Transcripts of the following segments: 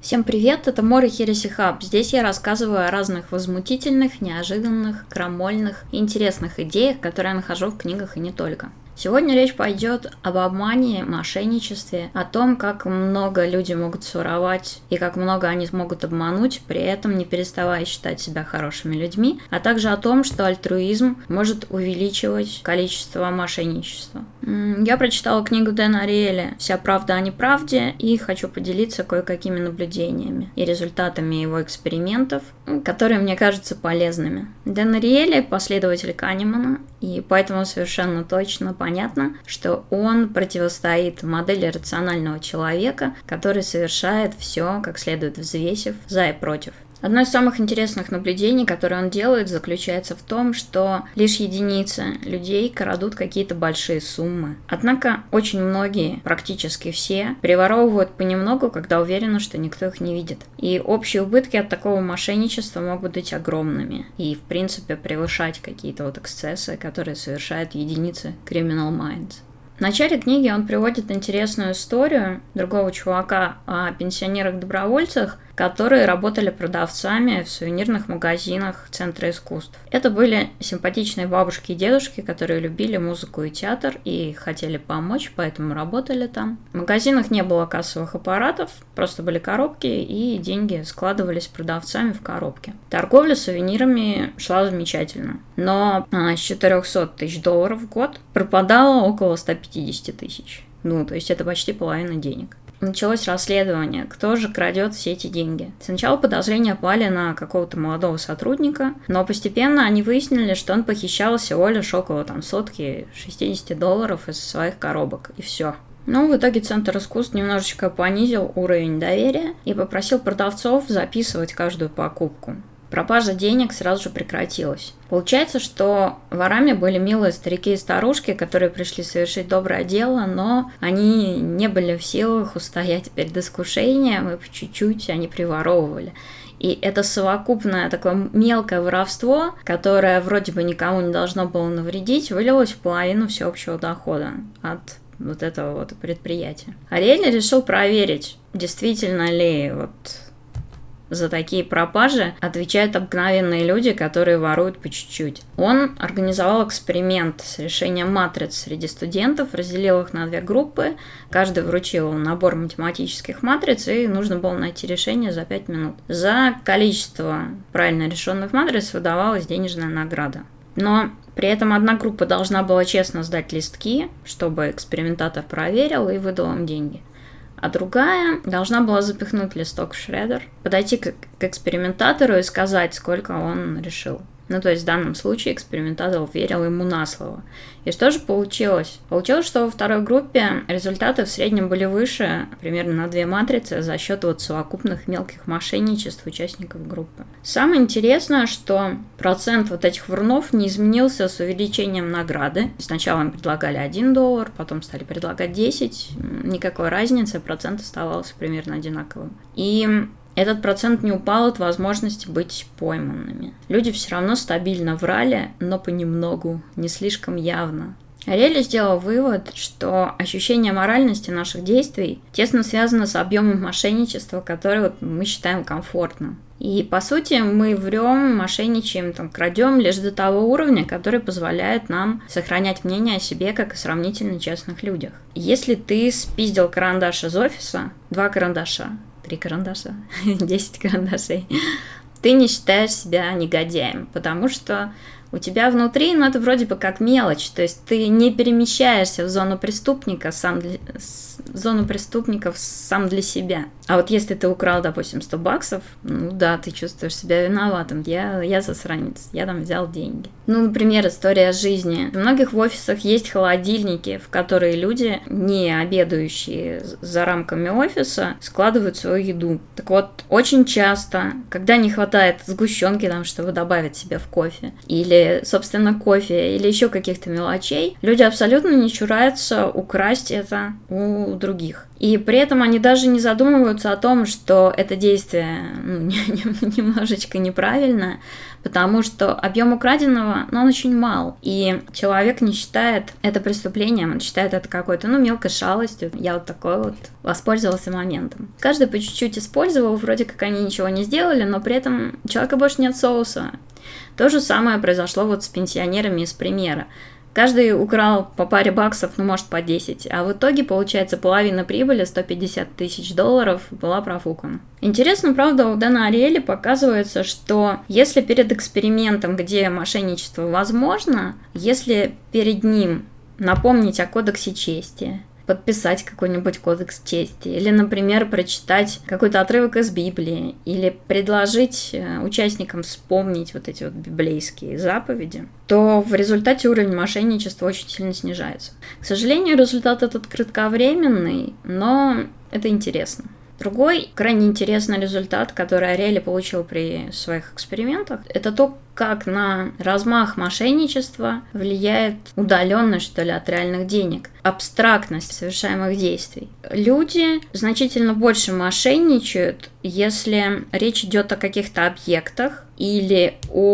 Всем привет, это Мора Хереси Хаб. Здесь я рассказываю о разных возмутительных, неожиданных, крамольных и интересных идеях, которые я нахожу в книгах и не только. Сегодня речь пойдет об обмане, мошенничестве, о том, как много люди могут своровать и как много они могут обмануть, при этом не переставая считать себя хорошими людьми, а также о том, что альтруизм может увеличивать количество мошенничества. Я прочитала книгу Дэна Ариэля «Вся правда о неправде» и хочу поделиться кое-какими наблюдениями и результатами его экспериментов, которые мне кажутся полезными. Дэн Ариэль – последователь Канемана, и поэтому совершенно точно понятно, что он противостоит модели рационального человека, который совершает все, как следует взвесив за и против. Одно из самых интересных наблюдений, которое он делает, заключается в том, что лишь единицы людей крадут какие-то большие суммы. Однако очень многие, практически все, приворовывают понемногу, когда уверены, что никто их не видит. И общие убытки от такого мошенничества могут быть огромными и, в принципе, превышать какие-то эксцессы, которые совершают единицы criminal minds. В начале книги он приводит интересную историю другого чувака о пенсионерах-добровольцах, которые работали продавцами в сувенирных магазинах Центра искусств. Это были симпатичные бабушки и дедушки, которые любили музыку и театр и хотели помочь, поэтому работали там. В магазинах не было кассовых аппаратов, просто были коробки, и деньги складывались продавцами в коробки. Торговля сувенирами шла замечательно, но с $400 тысяч в год пропадало около 150 тысяч. То есть это почти половина денег. Началось расследование, кто же крадет все эти деньги. Сначала подозрения пали на какого-то молодого сотрудника, но постепенно они выяснили, что он похищал всего лишь около сотки $60 из своих коробок, и все. В итоге Центр искусств немножечко понизил уровень доверия и попросил продавцов записывать каждую покупку. Пропажа денег сразу же прекратилась. Получается, что ворами были милые старики и старушки, которые пришли совершить доброе дело, но они не были в силах устоять перед искушением, и по чуть-чуть они приворовывали. И это совокупное такое мелкое воровство, которое вроде бы никому не должно было навредить, вылилось в половину всеобщего дохода от этого предприятия. Ариэль решил проверить, действительно ли за такие пропажи отвечают обыкновенные люди, которые воруют по чуть-чуть. Он организовал эксперимент с решением матриц среди студентов, разделил их на 2 группы, каждый вручил набор математических матриц, и нужно было найти решение за 5 минут. За количество правильно решенных матриц выдавалась денежная награда. Но при этом одна группа должна была честно сдать листки, чтобы экспериментатор проверил и выдал им деньги. А другая должна была запихнуть листок в шредер, подойти к экспериментатору и сказать, сколько он решил. То есть в данном случае экспериментатор верил ему на слово. И что же получилось? Получилось, что во второй группе результаты в среднем были выше, примерно на 2 матрицы, за счет совокупных мелких мошенничеств участников группы. Самое интересное, что процент этих врунов не изменился с увеличением награды. Сначала им предлагали $1, потом стали предлагать 10. Никакой разницы, процент оставался примерно одинаковым. И этот процент не упал от возможности быть пойманными. Люди все равно стабильно врали, но понемногу, не слишком явно. Ариэль сделал вывод, что ощущение моральности наших действий тесно связано с объемом мошенничества, которое мы считаем комфортным. И, по сути, мы врем, мошенничаем, крадем лишь до того уровня, который позволяет нам сохранять мнение о себе как о сравнительно честных людях. Если ты спиздил карандаш из офиса, 2 карандаша, 3 карандаша, 10 карандашей, ты не считаешь себя негодяем, потому что у тебя внутри, это вроде бы как мелочь, то есть ты не перемещаешься в зону преступников сам для себя. А если ты украл, допустим, $100, да, ты чувствуешь себя виноватым, я засранец, я взял деньги. Например, история жизни. В многих офисах есть холодильники, в которые люди, не обедающие за рамками офиса, складывают свою еду. Так вот, очень часто, когда не хватает сгущенки, чтобы добавить себе в кофе, или, собственно, кофе, или еще каких-то мелочей, люди абсолютно не чураются украсть это у других. И при этом они даже не задумываются о том, что это действие немножечко неправильное, потому что объем украденного, он очень мал. И человек не считает это преступлением, он считает это какой-то, мелкой шалостью. Я вот такой вот воспользовался моментом. Каждый по чуть-чуть использовал, вроде как они ничего не сделали, но при этом у человека больше нет соуса. То же самое произошло вот с пенсионерами из примера. Каждый украл по паре баксов, может по 10, а в итоге, получается, половина прибыли, $150 тысяч, была профукана. Интересно, правда, у Дэна Ариэля показывается, что если перед экспериментом, где мошенничество возможно, если перед ним напомнить о кодексе чести, подписать какой-нибудь кодекс чести, или, например, прочитать какой-то отрывок из Библии, или предложить участникам вспомнить вот эти вот библейские заповеди, то в результате уровень мошенничества очень сильно снижается. К сожалению, результат этот кратковременный, но это интересно. Другой крайне интересный результат, который Ариэль получил при своих экспериментах, это то, как на размах мошенничества влияет удаленность, что ли, от реальных денег, абстрактность совершаемых действий. Люди значительно больше мошенничают, если речь идет о каких-то объектах или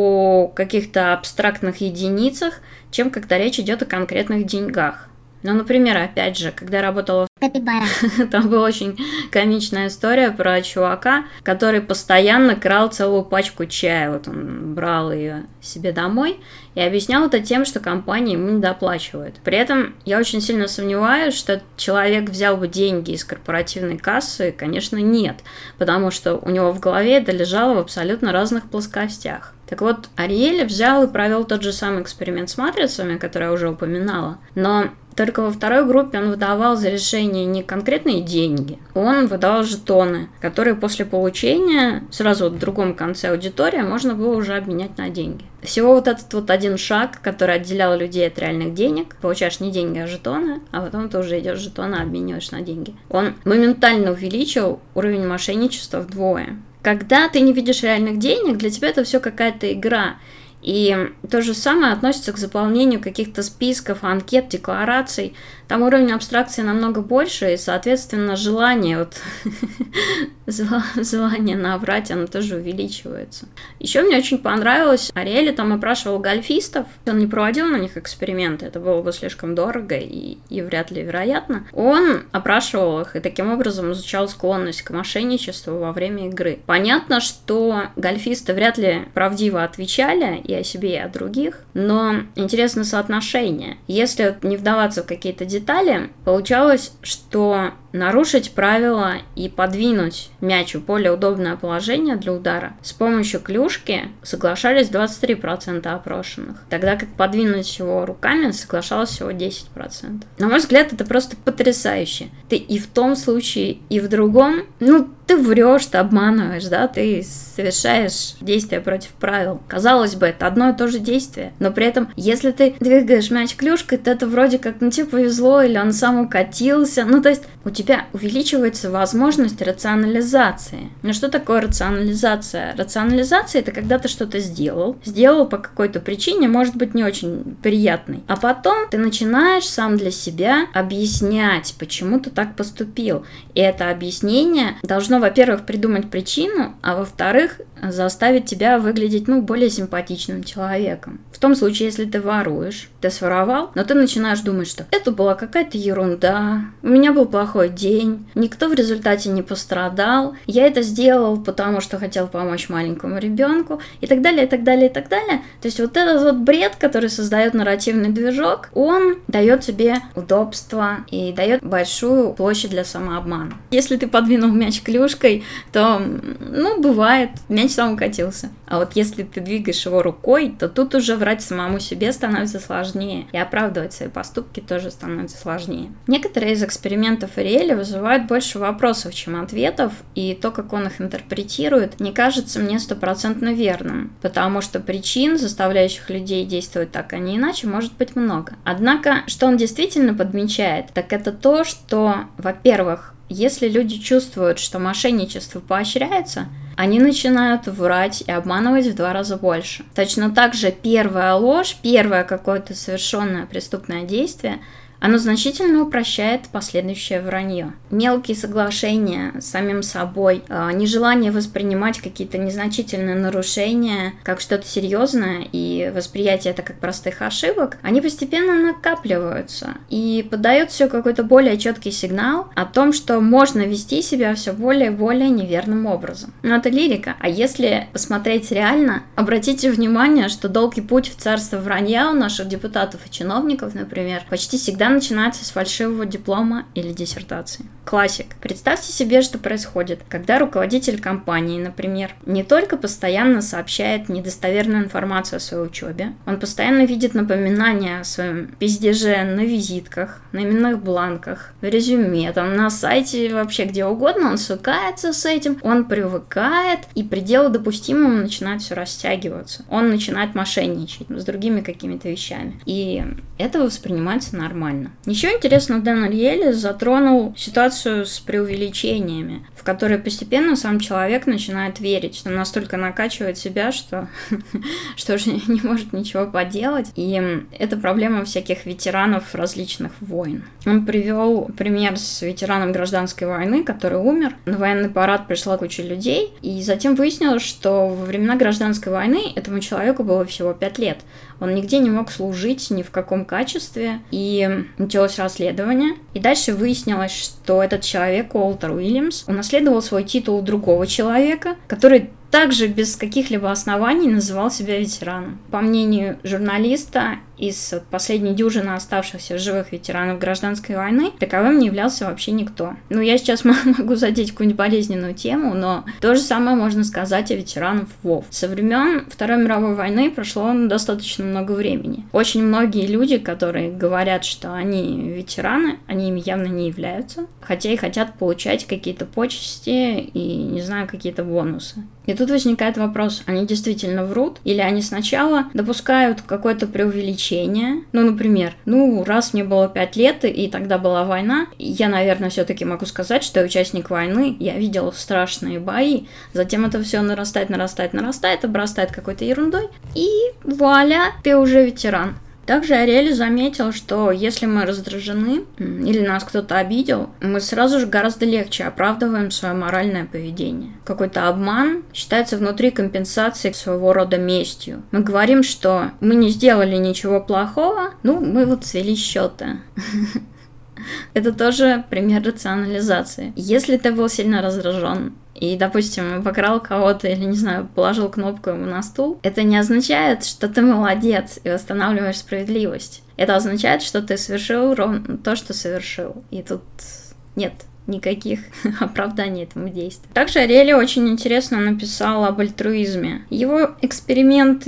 о каких-то абстрактных единицах, чем когда речь идет о конкретных деньгах. Например, опять же, когда я работала в Капибара, там была очень комичная история про чувака, который постоянно крал целую пачку чая. Вот он брал ее себе домой и объяснял это тем, что компания ему не доплачивает. При этом я очень сильно сомневаюсь, что человек взял бы деньги из корпоративной кассы. Конечно, нет, потому что у него в голове это лежало в абсолютно разных плоскостях. Так вот, Ариэль взял и провел тот же самый эксперимент с матрицами, который я уже упоминала, но только во второй группе он выдавал за решение не конкретные деньги, он выдавал жетоны, которые после получения сразу в другом конце аудитории можно было уже обменять на деньги. Всего вот этот вот один шаг, который отделял людей от реальных денег, получаешь не деньги, а жетоны, а потом ты уже идешь жетоны, обмениваешь на деньги. Он моментально увеличил уровень мошенничества вдвое. Когда ты не видишь реальных денег, для тебя это все какая-то игра. И то же самое относится к заполнению каких-то списков, анкет, деклараций. Там уровень абстракции намного больше, и, соответственно, желание наврать, оно тоже увеличивается. Еще мне очень понравилось, Ариэль там опрашивал гольфистов. Он не проводил на них эксперименты, это было бы слишком дорого и вряд ли вероятно. Он опрашивал их и таким образом изучал склонность к мошенничеству во время игры. Понятно, что гольфисты вряд ли правдиво отвечали и о себе, и о других, но интересно соотношение. Если не вдаваться в какие-то детали, получалось, что нарушить правила и подвинуть мяч в более удобное положение для удара с помощью клюшки соглашались 23% опрошенных, тогда как подвинуть его руками соглашалось всего 10%. На мой взгляд, это просто потрясающе. Ты и в том случае, и в другом, ты врешь, ты обманываешь, да, ты совершаешь действия против правил. Казалось бы, это одно и то же действие, но при этом, если ты двигаешь мяч клюшкой, то это вроде как, тебе повезло, или он сам укатился, то есть у тебя увеличивается возможность рационализации. Но что такое рационализация? Рационализация – это когда ты что-то сделал по какой-то причине, может быть, не очень приятной, а потом ты начинаешь сам для себя объяснять, почему ты так поступил. И это объяснение должно, во-первых, придумать причину, а во-вторых, заставить тебя выглядеть, более симпатичным человеком. В том случае, если ты воруешь, ты своровал, но ты начинаешь думать, что это была какая-то ерунда, у меня был плохой день, никто в результате не пострадал, я это сделал, потому что хотел помочь маленькому ребенку, и так далее, и так далее, и так далее. То есть вот этот вот бред, который создает нарративный движок, он дает тебе удобство и дает большую площадь для самообмана. Если ты подвинул мяч клюшкой, то, бывает, мяч сам укатился. А вот если ты двигаешь его рукой, то тут уже врать самому себе становится сложнее, и оправдывать свои поступки тоже становится сложнее. Некоторые из экспериментов Ариэля вызывают больше вопросов, чем ответов, и то, как он их интерпретирует, не кажется мне 100% верным, потому что причин, заставляющих людей действовать так, а не иначе, может быть много. Однако, что он действительно подмечает, так это то, что, во-первых, если люди чувствуют, что мошенничество поощряется, они начинают врать и обманывать в 2 раза больше. Точно так же первая ложь, первое какое-то совершенное преступное действие, Оно значительно упрощает последующее вранье. Мелкие соглашения с самим собой, нежелание воспринимать какие-то незначительные нарушения как что-то серьезное и восприятие это как простых ошибок, они постепенно накапливаются и подают все какой-то более четкий сигнал о том, что можно вести себя все более и более неверным образом. Но это лирика. А если посмотреть реально, обратите внимание, что долгий путь в царство вранья у наших депутатов и чиновников, например, почти всегда начинается с фальшивого диплома или диссертации. Классик. Представьте себе, что происходит, когда руководитель компании, например, не только постоянно сообщает недостоверную информацию о своей учебе, он постоянно видит напоминания о своем пиздеже на визитках, на именных бланках, в резюме, там, на сайте, вообще где угодно, он свыкается с этим, он привыкает, и пределы допустимого начинает все растягиваться. Он начинает мошенничать с другими какими-то вещами. И это воспринимается нормально. Еще интересно, Дэн Ariely затронул ситуацию с преувеличениями, в которые постепенно сам человек начинает верить, что настолько накачивает себя, что уже не может ничего поделать. И это проблема всяких ветеранов различных войн. Он привел пример с ветераном гражданской войны, который умер. На военный парад пришла куча людей, и затем выяснилось, что во времена гражданской войны этому человеку было всего 5 лет. Он нигде не мог служить, ни в каком качестве, и началось расследование. И дальше выяснилось, что этот человек, Уолтер Уильямс, унаследовал свой титул у другого человека, который также без каких-либо оснований называл себя ветераном. По мнению журналиста, из последней дюжины оставшихся живых ветеранов гражданской войны таковым не являлся вообще никто. Ну, я сейчас могу задеть какую-нибудь болезненную тему, но то же самое можно сказать о ветеранах ВОВ. Со времен Второй мировой войны прошло достаточно много времени. Очень многие люди, которые говорят, что они ветераны, они ими явно не являются, хотя и хотят получать какие-то почести и, не знаю, какие-то бонусы. И тут возникает вопрос, они действительно врут? Или они сначала допускают какое-то преувеличение? Ну, например, раз мне было 5 лет, и тогда была война, я, наверное, все-таки могу сказать, что я участник войны, я видел страшные бои, затем это все нарастает, обрастает какой-то ерундой, и вуаля, ты уже ветеран. Также Ariely заметил, что если мы раздражены или нас кто-то обидел, мы сразу же гораздо легче оправдываем свое моральное поведение. Какой-то обман считается внутри компенсацией своего рода местью. Мы говорим, что мы не сделали ничего плохого, мы вот свели счеты. Это тоже пример рационализации. Если ты был сильно раздражен, и, допустим, покрал кого-то или, не знаю, положил кнопку ему на стул, это не означает, что ты молодец и восстанавливаешь справедливость. Это означает, что ты совершил ровно то, что совершил. И тут нет никаких оправданий этому действию. Также Ariely очень интересно написал об альтруизме. Его эксперимент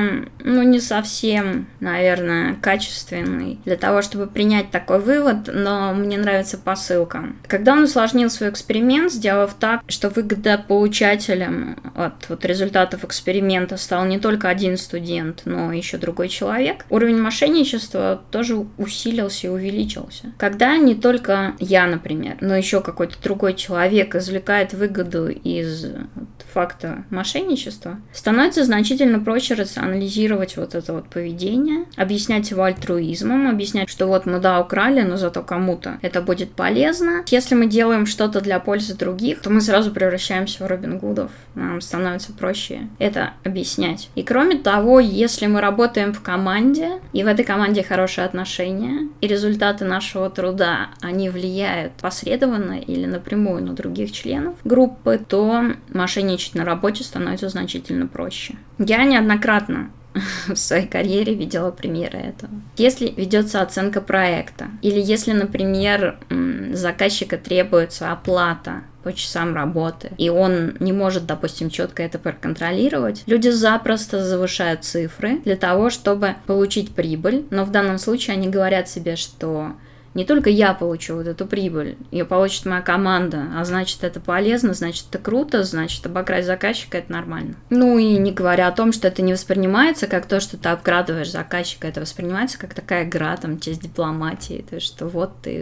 не совсем, наверное, качественный для того, чтобы принять такой вывод, но мне нравится посылка. Когда он усложнил свой эксперимент, сделав так, что выгодополучателем от результатов эксперимента стал не только один студент, но еще другой человек, уровень мошенничества тоже усилился и увеличился. Когда не только я, например, но еще какой-то другой человек извлекает выгоду из факта мошенничества, становится значительно проще рационализировать вот это вот поведение, объяснять его альтруизмом, объяснять, что вот мы украли, но зато кому-то это будет полезно. Если мы делаем что-то для пользы других, то мы сразу превращаемся в Робин Гудов. Нам становится проще это объяснять. И кроме того, если мы работаем в команде, и в этой команде хорошие отношения, и результаты нашего труда, они влияют посредственно или напрямую на других членов группы, то мошенничать на работе становится значительно проще. Я неоднократно в своей карьере видела примеры этого. Если ведется оценка проекта, или если, например, заказчика требуется оплата по часам работы, и он не может, допустим, четко это проконтролировать, люди запросто завышают цифры для того, чтобы получить прибыль, но в данном случае они говорят себе, что не только я получу вот эту прибыль, ее получит моя команда, а значит, это полезно, значит, это круто, значит, обокрасть заказчика – это нормально. Ну и не говоря о том, что это не воспринимается как то, что ты обкрадываешь заказчика, это воспринимается как такая игра, там, честь дипломатии, то есть, что вот ты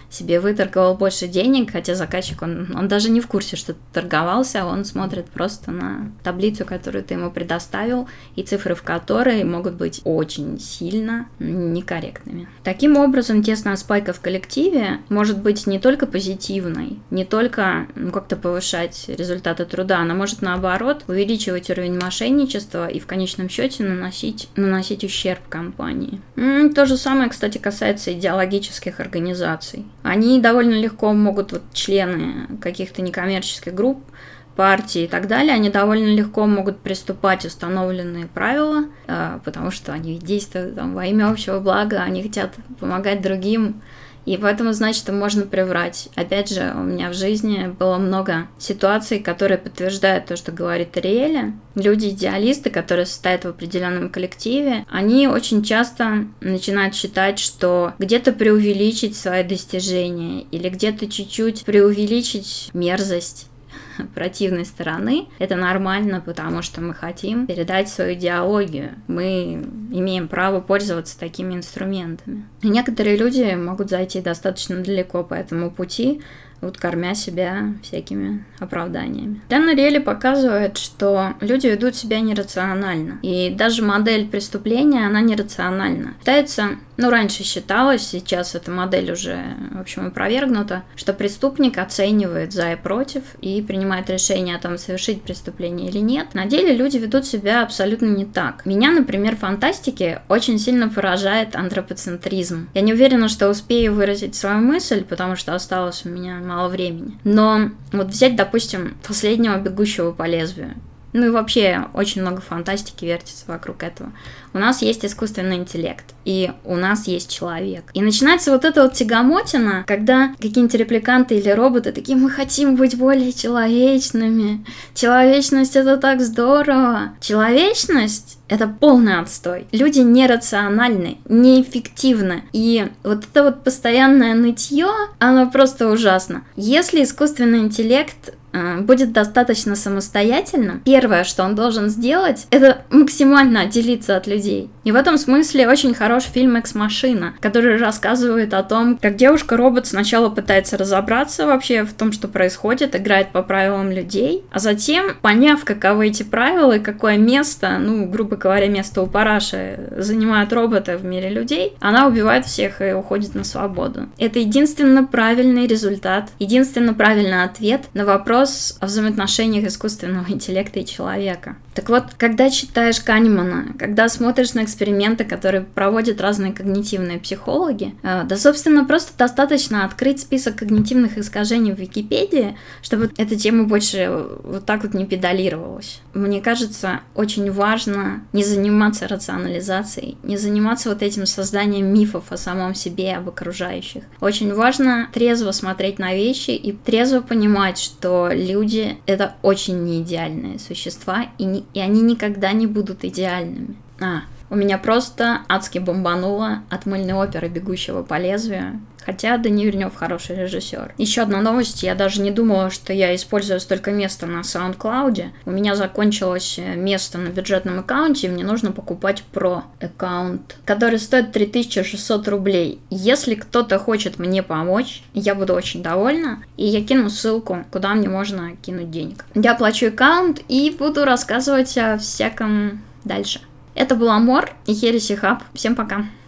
себе выторговал больше денег, хотя заказчик, он даже не в курсе, что ты торговался, он смотрит просто на таблицу, которую ты ему предоставил, и цифры в которой могут быть очень сильно некорректными. Таким образом, тесная спайка в коллективе может быть не только позитивной, не только как-то повышать результаты труда, она может, наоборот, увеличивать уровень мошенничества и в конечном счете наносить ущерб компании. То же самое, кстати, касается идеологических организаций. Они довольно легко могут, члены каких-то некоммерческих групп, партии и так далее, они довольно легко могут приступать установленные правила, потому что они действуют во имя общего блага, они хотят помогать другим, и поэтому, значит, можно приврать. Опять же, у меня в жизни было много ситуаций, которые подтверждают то, что говорит Ариэля. Люди-идеалисты, которые состоят в определенном коллективе, они очень часто начинают считать, что где-то преувеличить свои достижения или где-то чуть-чуть преувеличить мерзость противной стороны, это нормально, потому что мы хотим передать свою идеологию. Мы имеем право пользоваться такими инструментами. И некоторые люди могут зайти достаточно далеко по этому пути, кормя себя всякими оправданиями. Данная Ариэля показывает, что люди ведут себя нерационально. И даже модель преступления, она нерациональна. Считается, раньше считалось, сейчас эта модель уже, в общем, опровергнута, что преступник оценивает за и против и принимает решение о том, совершить преступление или нет. На деле люди ведут себя абсолютно не так. Меня, например, в фантастике очень сильно поражает антропоцентризм. Я не уверена, что успею выразить свою мысль, потому что осталось у меня мало времени. Но взять, допустим, последнего «Бегущего по лезвию». И вообще очень много фантастики вертится вокруг этого. У нас есть искусственный интеллект, и у нас есть человек. И начинается эта тягомотина, когда какие-нибудь репликанты или роботы такие: мы хотим быть более человечными. Человечность — это так здорово. Человечность — это полный отстой. Люди нерациональны, неэффективны. И это постоянное нытье, оно просто ужасно. Если искусственный интеллект будет достаточно самостоятельным, первое, что он должен сделать, это максимально отделиться от людей. И в этом смысле очень хорош фильм «Экс-машина», который рассказывает о том, как девушка-робот сначала пытается разобраться вообще в том, что происходит, играет по правилам людей, а затем, поняв, каковы эти правила и какое место, грубо говоря, место у параши занимают роботы в мире людей, она убивает всех и уходит на свободу. Это единственно правильный результат, единственно правильный ответ на вопрос о взаимоотношениях искусственного интеллекта и человека. Так вот, когда читаешь Канемана, когда смотришь на эксперименты, которые проводят разные когнитивные психологи, собственно, просто достаточно открыть список когнитивных искажений в Википедии, чтобы эта тема больше не педалировалась. Мне кажется, очень важно не заниматься рационализацией, не заниматься этим созданием мифов о самом себе и об окружающих. Очень важно трезво смотреть на вещи и трезво понимать, что люди — это очень неидеальные существа, и они никогда не будут идеальными. У меня просто адски бомбануло от мыльной оперы «Бегущего по лезвию». Хотя Дани Вильнёв хороший режиссер. Еще одна новость. Я даже не думала, что я использую столько места на SoundCloud. У меня закончилось место на бюджетном аккаунте, и мне нужно покупать Pro аккаунт, который стоит 3600 рублей. Если кто-то хочет мне помочь, я буду очень довольна, и я кину ссылку, куда мне можно кинуть денег. Я оплачу аккаунт и буду рассказывать о всяком дальше. Это был Амор и Heresy Hub. Всем пока.